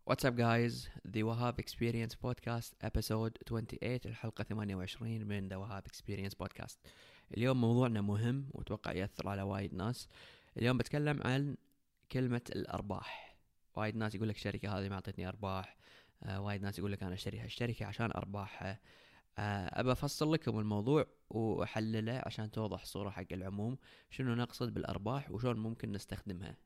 What's up guys, The Wahab Experience Podcast episode 28 الحلقة 28 من The Wahab Experience Podcast. اليوم موضوعنا مهم واتوقع يأثر على وايد ناس. اليوم بتكلم عن كلمة الأرباح. وايد ناس يقول لك الشركة هذه ما أعطتني أرباح. وايد ناس يقول لك أنا أشتري هالشركة عشان أرباحها. أبى أفصل لكم الموضوع وأحلله عشان توضح صورة حق العموم شنو نقصد بالأرباح وشون ممكن نستخدمها.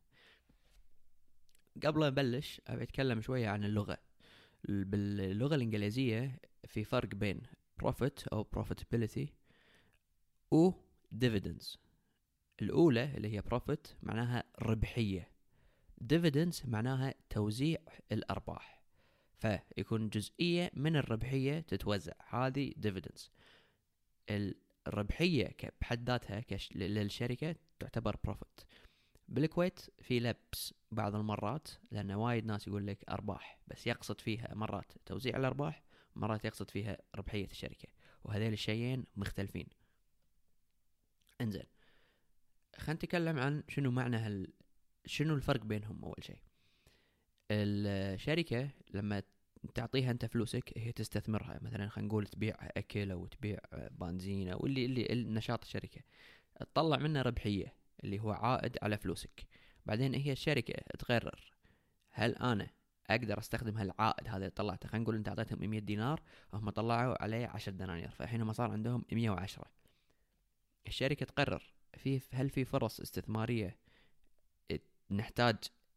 قبل نبلش أبي أتكلم شوية عن اللغة. باللغة الإنجليزية في فرق بين profit أو profitability و dividends. الأولى اللي هي profit معناها ربحية، dividends معناها توزيع الأرباح، فيكون جزئية من الربحية تتوزع، هذه dividends. الربحية بحد ذاتها للشركة تعتبر profit. بالكويت في لبس بعض المرات، لأن وايد ناس يقول لك أرباح بس يقصد فيها مرات توزيع الأرباح، مرات يقصد فيها ربحية الشركة، وهذين الشيئين مختلفين. انزين، خلينا نتكلم عن شنو معنى شنو الفرق بينهم. أول شيء، الشركة لما تعطيها أنت فلوسك هي تستثمرها، مثلا خلينا نقول تبيع أكل أو تبيع بنزين أو اللي نشاط الشركة، تطلع منه ربحية اللي هو عائد على فلوسك. بعدين هي الشركة تقرر هل أنا أقدر أستخدم هالعائد هذا اللي طلعته. خلينا نقول أنت أعطيتهم 100 دينار وهم طلعوا عليه 10 دنانير، فالحين ما صار عندهم 110. الشركة تقرر هل في فرص استثمارية نحتاج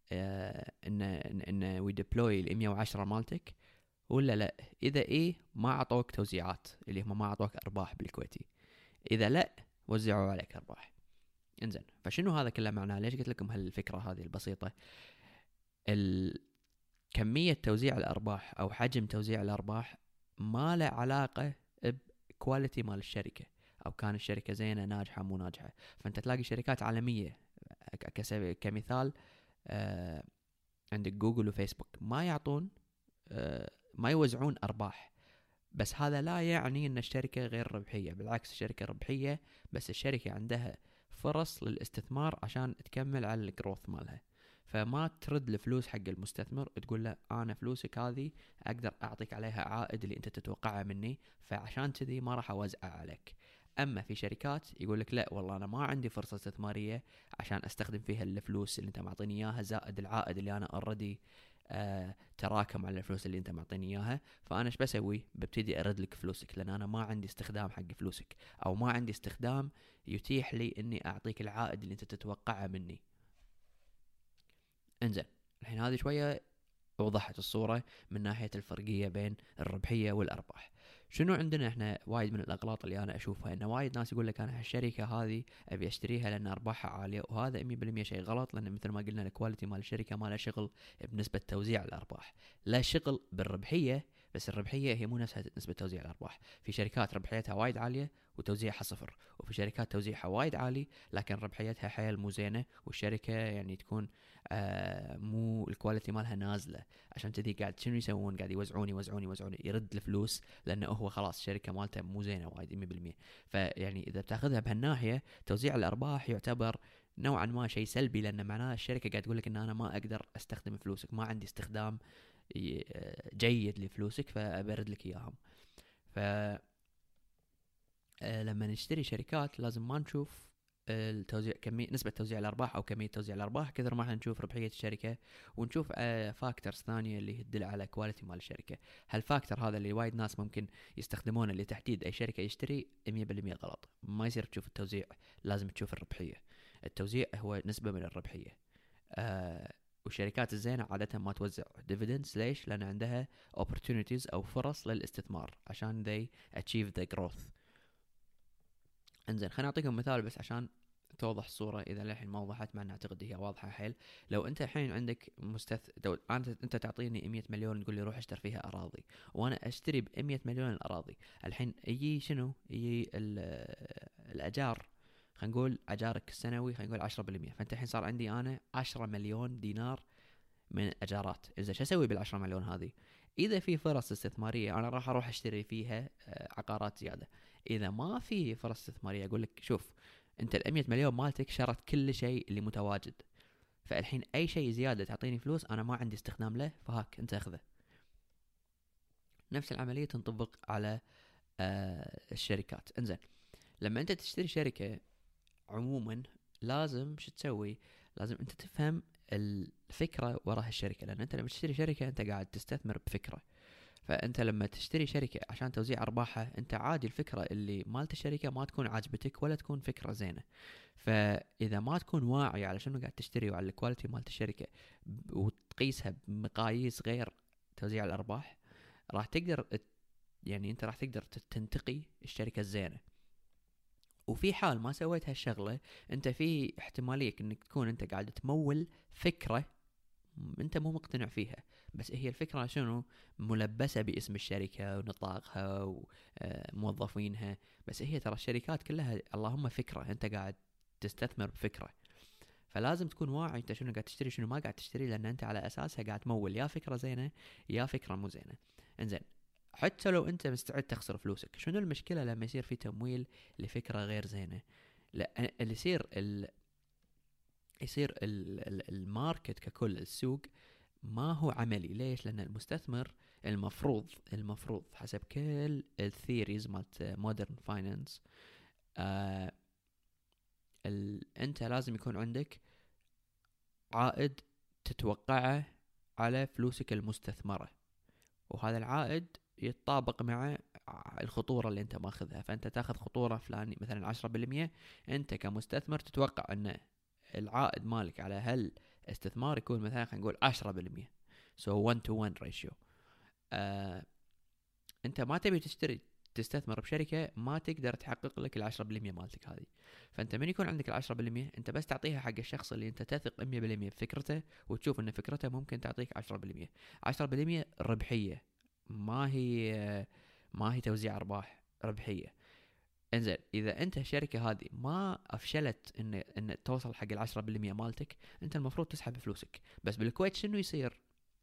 ان ويدبلوي ال 110 مالتك ولا لا. اذا ايه ما عطوك توزيعات اللي هم ما عطوك ارباح بالكويتي، اذا لا وزعوا عليك ارباح. انزين، فشنو هذا كله معناه؟ ليش قلت لكم هالفكرة هذه البسيطة؟ كمية توزيع الأرباح أو حجم توزيع الأرباح ما له علاقة بكواليتي مال الشركة، أو كان الشركة زينة ناجحة مو ناجحة. فأنت تلاقي شركات عالمية كمثال عندك جوجل وفيسبوك ما يعطون ما يوزعون أرباح، بس هذا لا يعني أن الشركة غير ربحية. بالعكس، الشركة ربحية، بس الشركة عندها فرص للاستثمار عشان تكمل على الجروث مالها. فما ترد الفلوس حق المستثمر تقول له أنا فلوسك هذه أقدر أعطيك عليها عائد اللي أنت تتوقعه مني، فعشان كذي ما راح أوزعه عليك. أما في شركات يقول لك لا والله أنا ما عندي فرصة استثمارية عشان أستخدم فيها الفلوس اللي أنت معطيني إياها زائد العائد اللي أنا أوريدي تراكم على الفلوس اللي أنت معطيني إياها، فأنا إيش بسوي؟ ببتدي أرد لك فلوسك، لأن أنا ما عندي استخدام حق فلوسك، أو ما عندي استخدام يتيح لي إني أعطيك العائد اللي أنت تتوقعه مني. انزين، الحين هذه شوية وضحت الصورة من ناحية الفرقية بين الربحية والأرباح. شنو عندنا احنا وايد من الأغلاط اللي أنا أشوفها؟ إن وايد ناس يقول لك أنا هالشركة هذه أبي أشتريها لأن أرباحها عالية، وهذا 100% شيء غلط، لأن مثل ما قلنا الكواليتي مال الشركة ما له شغل بنسبة توزيع الأرباح، لا شغل بالربحية، بس الربحية هي مو نفسها نسبة توزيع الأرباح. في شركات ربحيتها وايد عالية وتوزيعها صفر، وفي شركات توزيعها وايد عالي لكن ربحيتها حيل مو زينة، والشركة يعني تكون مو الكواليتي مالها نازلة. عشان كذي قاعد شنو يسوون؟ قاعد يوزعون يرد الفلوس، لانه هو خلاص الشركه مالته مو زينه وايد 100%. فيعني اذا بتاخذها بهالناحيه توزيع الارباح يعتبر نوعا ما شيء سلبي، لان معناه الشركه قاعد تقول لك ان انا ما اقدر استخدم فلوسك، ما عندي استخدام جيد لفلوسك، فابرد لك اياهم. ف لما نشتري شركات لازم ما نشوف التوزيع، كمية نسبة توزيع الأرباح أو كمية توزيع الأرباح، كثر ما احنا نشوف ربحية الشركة، ونشوف فاكتورز ثانية اللي تدل على كواليتي مال الشركة. هالفاكتور هذا اللي وايد ناس ممكن يستخدمونه لتحديد أي شركة يشتري 100% غلط. ما يصير تشوف التوزيع، لازم تشوف الربحية. التوزيع هو نسبة من الربحية. والشركات الزينة عادة ما توزع dividends. ليش؟ لأن عندها opportunities أو فرص للاستثمار عشان they achieve the growth. انزين، خليني اعطيكم مثال بس عشان توضح الصورة إذا للحين ما وضحت، مع أن أعتقد هي واضحة حيل. لو أنت الحين عندك أنت تعطيني 100 مليون تقول لي روح اشتر فيها أراضي، وأنا أشتري ب 100 مليون الأراضي. الحين يجي شنو؟ يجي الأجار، خلينا نقول أجارك السنوي خلينا نقول 10%، فأنت الحين صار عندي أنا 10 مليون دينار من الاجارات. اذا شو اسوي بال10 مليون هذه؟ اذا في فرص استثماريه انا راح اروح اشتري فيها عقارات زياده. اذا ما في فرص استثماريه اقول لك شوف، انت ال 100 مليون مالتك شرت كل شيء اللي متواجد، فالحين اي شيء زياده تعطيني فلوس انا ما عندي استخدام له، فهاك انت اخذه. نفس العمليه تنطبق على الشركات. انزين، لما انت تشتري شركه عموما لازم شو تسوي؟ لازم انت تفهم الفكره وراء الشركه، لان انت لما تشتري شركه انت قاعد تستثمر بفكره. فانت لما تشتري شركه عشان توزيع ارباحها، انت عادي الفكره اللي مالت الشركه ما تكون عاجبتك ولا تكون فكره زينه. فاذا ما تكون واعي على شنو قاعد تشتري وعلى الكواليتي مالت الشركه وتقيسها بمقاييس غير توزيع الارباح، راح تقدر يعني انت راح تقدر تنتقي الشركه الزينه. وفي حال ما سويت هالشغله، انت في احتماليه انك تكون انت قاعد تمول فكره انت مو مقتنع فيها، بس هي الفكره شنو؟ ملبسه باسم الشركه ونطاقها وموظفينها، بس هي ترى الشركات كلها اللهم فكره، انت قاعد تستثمر بفكره. فلازم تكون واعي انت شنو قاعد تشتري شنو ما قاعد تشتري، لان انت على اساسها قاعد تمول يا فكره زينه يا فكره مو زينه. انزين، حتى لو انت مستعد تخسر فلوسك، شنو المشكله لما يصير في تمويل لفكره غير زينه؟ لا، اللي يصير الماركت ككل، السوق ما هو عملي. ليش؟ لان المستثمر المفروض حسب كل الثيريز مالت مودرن فاينانس، انت لازم يكون عندك عائد تتوقعه على فلوسك المستثمرة، وهذا العائد يتطابق مع الخطورة اللي انت ماخذها. فانت تاخذ خطورة فلاني مثلا 10%، انت كمستثمر تتوقع ان العائد مالك على هالاستثمار يكون مثلا خلينا نقول 10%. so 1 to 1 ratio. انت ما تبي تستثمر بشركة ما تقدر تحقق لك 10% مالتك هذه. فانت من يكون عندك 10%، انت بس تعطيها حق الشخص اللي انت تثق 100% بفكرته، وتشوف ان فكرته ممكن تعطيك 10%. 10% ربحية، ما هي توزيع ارباح، ربحية. انزين، اذا انت الشركة هذه ما افشلت ان توصل حق 10% مالتك، انت المفروض تسحب فلوسك. بس بالكويت شنو يصير؟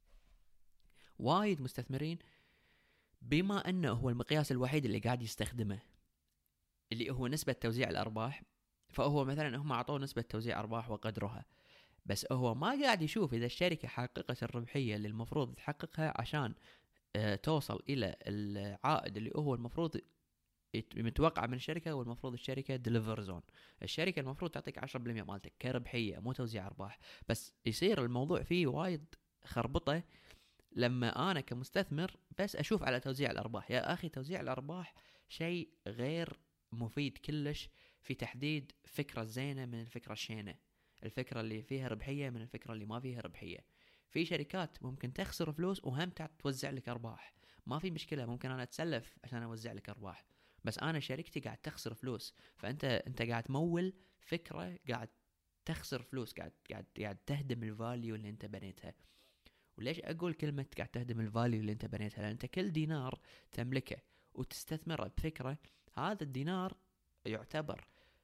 وايد مستثمرين بما انه هو المقياس الوحيد اللي قاعد يستخدمه اللي هو نسبة توزيع الارباح، فهو مثلا هم اعطوه نسبة توزيع ارباح وقدرها، بس هو ما قاعد يشوف اذا الشركة حققت الربحية اللي المفروض تحققها عشان توصل الى العائد اللي هو المفروض متوقع من الشركة. والمفروض الشركة ديليفر زون، الشركة المفروض تعطيك 10% مالتك كربحية مو توزيع ارباح. بس يصير الموضوع فيه وايد خربطة لما انا كمستثمر بس اشوف على توزيع الارباح. يا اخي توزيع الارباح شيء غير مفيد كلش في تحديد فكرة زينة من الفكرة الشينة، الفكرة اللي فيها ربحية من الفكرة اللي ما فيها ربحية. في شركات ممكن تخسر فلوس وهم توزع لك ارباح، ما في مشكلة، ممكن انا اتسلف عشان اوزع لك ارباح، بس انا شركتي قاعد تخسر فلوس. فانت قاعد تمول فكرة، قاعد تخسر فلوس، قاعد تهدم الفاليو اللي انت بنيتها. وليش اقول كلمة قاعد تهدم الفاليو اللي انت بنيتها؟ لان انت كل دينار تملكه وتستثمره بفكرة، هذا الدينار يعتبر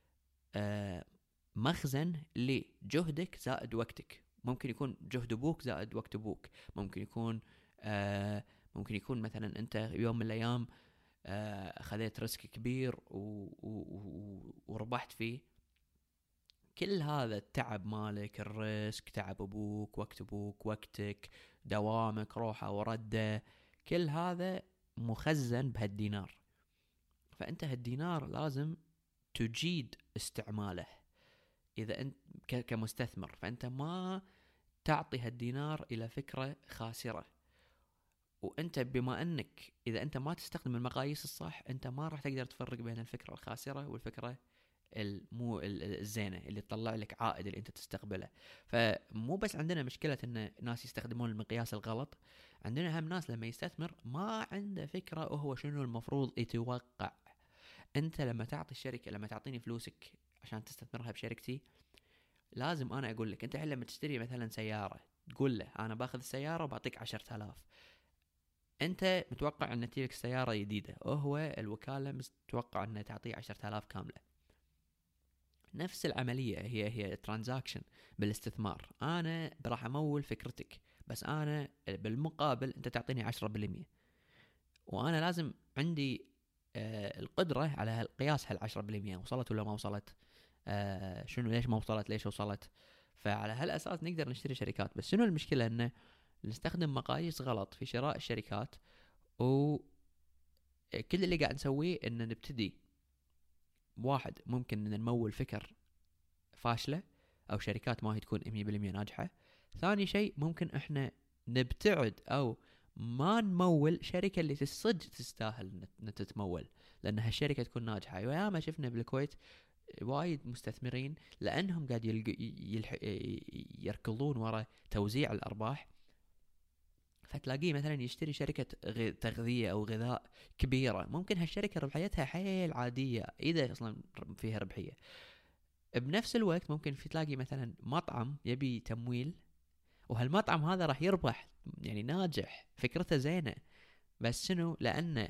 مخزن لجهدك زائد وقتك. ممكن يكون جهد ابوك زائد وقت ابوك، ممكن يكون مثلا انت يوم من الايام خذيت ريسك كبير وربحت فيه. كل هذا التعب مالك، الريسك، تعب ابوك، وقت ابوك، وقتك، دوامك، روحه ورده، كل هذا مخزن بهالدينار. فانت هالدينار لازم تجيد استعماله. اذا انت كمستثمر، فانت ما تعطي هالدينار الى فكرة خاسرة. وانت بما انك اذا انت ما تستخدم المقاييس الصح، انت ما راح تقدر تفرق بين الفكرة الخاسرة والفكرة المو الزينة اللي تطلع لك عائد اللي انت تستقبله. فمو بس عندنا مشكلة ان ناس يستخدمون المقياس الغلط، عندنا هم ناس لما يستثمر ما عنده فكرة وهو شنو المفروض يتوقع. انت لما تعطي الشركة، لما تعطيني فلوسك عشان تستثمرها بشركتي، لازم انا اقول لك انت الحين لما تشتري مثلا سيارة، تقول له انا باخذ السيارة وبعطيك 10,000. انت متوقع ان تجيك سيارة جديدة، وهو الوكالة متوقع ان تعطيه 10,000 كاملة. نفس العملية هي ترانزاكشن بالاستثمار. انا راح امول فكرتك، بس انا بالمقابل انت تعطيني 10%، وانا لازم عندي القدرة على قياس هال10%، وصلت ولا ما وصلت، شنو، ليش ما وصلت، ليش وصلت. فعلى هالاساس نقدر نشتري شركات. بس شنو المشكله؟ انه نستخدم مقاييس غلط في شراء الشركات، وكل اللي قاعد نسويه ان نبتدي واحد ممكن ان نمول فكر فاشله او شركات ما هي تكون 100% ناجحه. ثاني شيء ممكن احنا نبتعد او ما نمول شركه اللي الصدق تستاهل ان تتمول، لان هالشركه تكون ناجحه. وياما شفنا بالكويت وايد مستثمرين لانهم قاعد يركضون وراء توزيع الارباح، فتلاقيه مثلا يشتري شركة تغذية أو غذاء كبيرة، ممكن هالشركة ربحيتها حيل عادية إذا أصلا فيها ربحية. بنفس الوقت ممكن في تلاقي مثلا مطعم يبي تمويل، وهالمطعم هذا راح يربح، يعني ناجح، فكرته زينة، بس شنو؟ لأن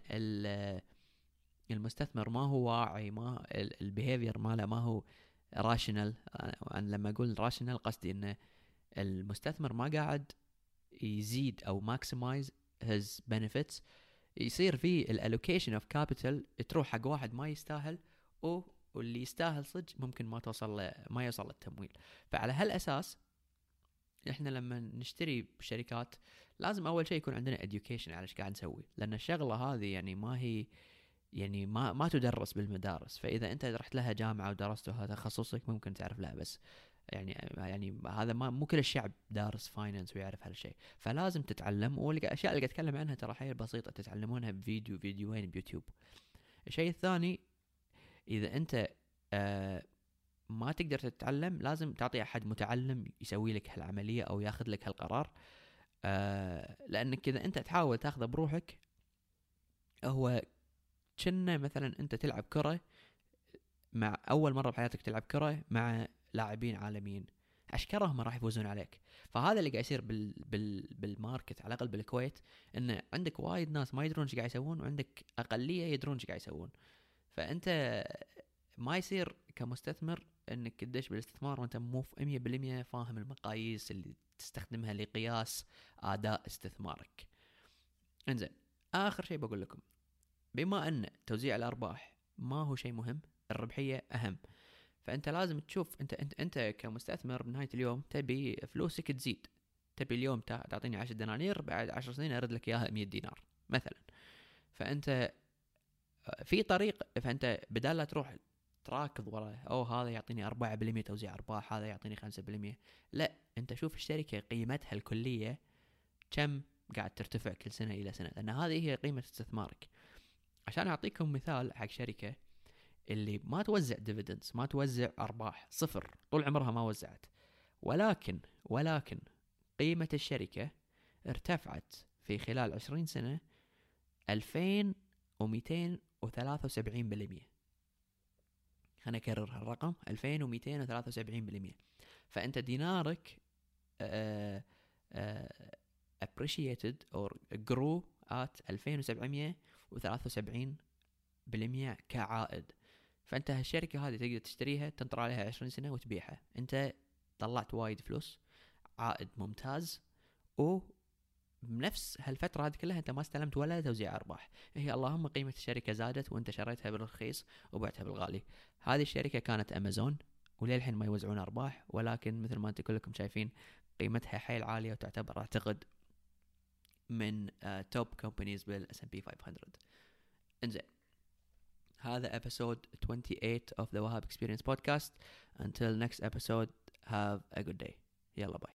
المستثمر ما هو واعي، ما البيهيفير ماله ما هو راشنال. أنا لما أقول راشنال قصدي إنه المستثمر ما قاعد يزيد او maximize his benefits، يصير في الالوكيشن اوف كابيتال تروح حق واحد ما يستاهل، واللي يستاهل صدق ممكن ما يوصل للتمويل. فعلى هالاساس احنا لما نشتري شركات لازم اول شيء يكون عندنا education على ايش قاعد نسوي، لان الشغله هذه يعني ما هي يعني ما تدرس بالمدارس. فاذا انت رحت لها جامعه ودرست وهذا تخصصك ممكن تعرف لها، بس يعني هذا مو كل الشعب دارس فاينانس ويعرف هالشيء. فلازم تتعلم، والاشياء اللي قاعد اتكلم عنها ترى حيل بسيطه تتعلمونها فيديوين بيوتيوب. الشيء الثاني، اذا انت ما تقدر تتعلم لازم تعطي احد متعلم يسوي لك هالعمليه او ياخذ لك هالقرار. لانك اذا انت تحاول تاخذه بروحك، هو كنا مثلا انت تلعب كره مع اول مره بحياتك تلعب كره مع لاعبين عالميين، اشكرهم راح يفوزون عليك. فهذا اللي قاعد يصير بالماركت على الاقل بالكويت، ان عندك وايد ناس ما يدرون ايش قاعد يسوون، وعندك اقليه يدرون ايش قاعد يسوون. فانت ما يصير كمستثمر انك تدش بالاستثمار وانت مو 100% فاهم المقاييس اللي تستخدمها لقياس اداء استثمارك. انزين، اخر شيء بقول لكم، بما ان توزيع الارباح ما هو شيء مهم، الربحيه اهم. فانت لازم تشوف انت كمستثمر بنهايه اليوم تبي فلوسك تزيد، تبي اليوم تعطيني 10 دنانير، بعد 10 سنين ارد لك اياها 100 دينار مثلا. فانت في طريق، فانت بدال لا تروح تراكض ورا هذا يعطيني 4% توزيع ارباح، هذا يعطيني 5%، لا، انت شوف الشركه قيمتها الكليه كم قاعد ترتفع كل سنه الى سنه، لان هذه هي قيمه استثمارك. عشان اعطيكم مثال حق شركه اللي ما توزع ديفيدنز، ما توزع ارباح، صفر طول عمرها ما وزعت، ولكن قيمة الشركة ارتفعت في خلال 20 سنة 2273%. خلنا نكرر هالرقم، 2273%. فأنت دينارك appreciated or grew at 2773% كعائد. فانت هالشركة هذه تقدر تشتريها، تنطر عليها 20 سنة وتبيعها، انت طلعت وايد فلوس، عائد ممتاز، وبنفس هالفترة هذه كلها انت ما استلمت ولا توزيع ارباح. هي اللهم قيمة الشركة زادت وانت شريتها بالرخيص وبعتها بالغالي. هذه الشركة كانت امازون، وللحين ما يوزعون ارباح، ولكن مثل ما انتم كلكم شايفين قيمتها حيل عالية، وتعتبر اعتقد من توب كومبانيز بالS&P 500. انزين، هذا episode 28 of the Wahab Experience podcast. Until next episode, have a good day. يلا باي.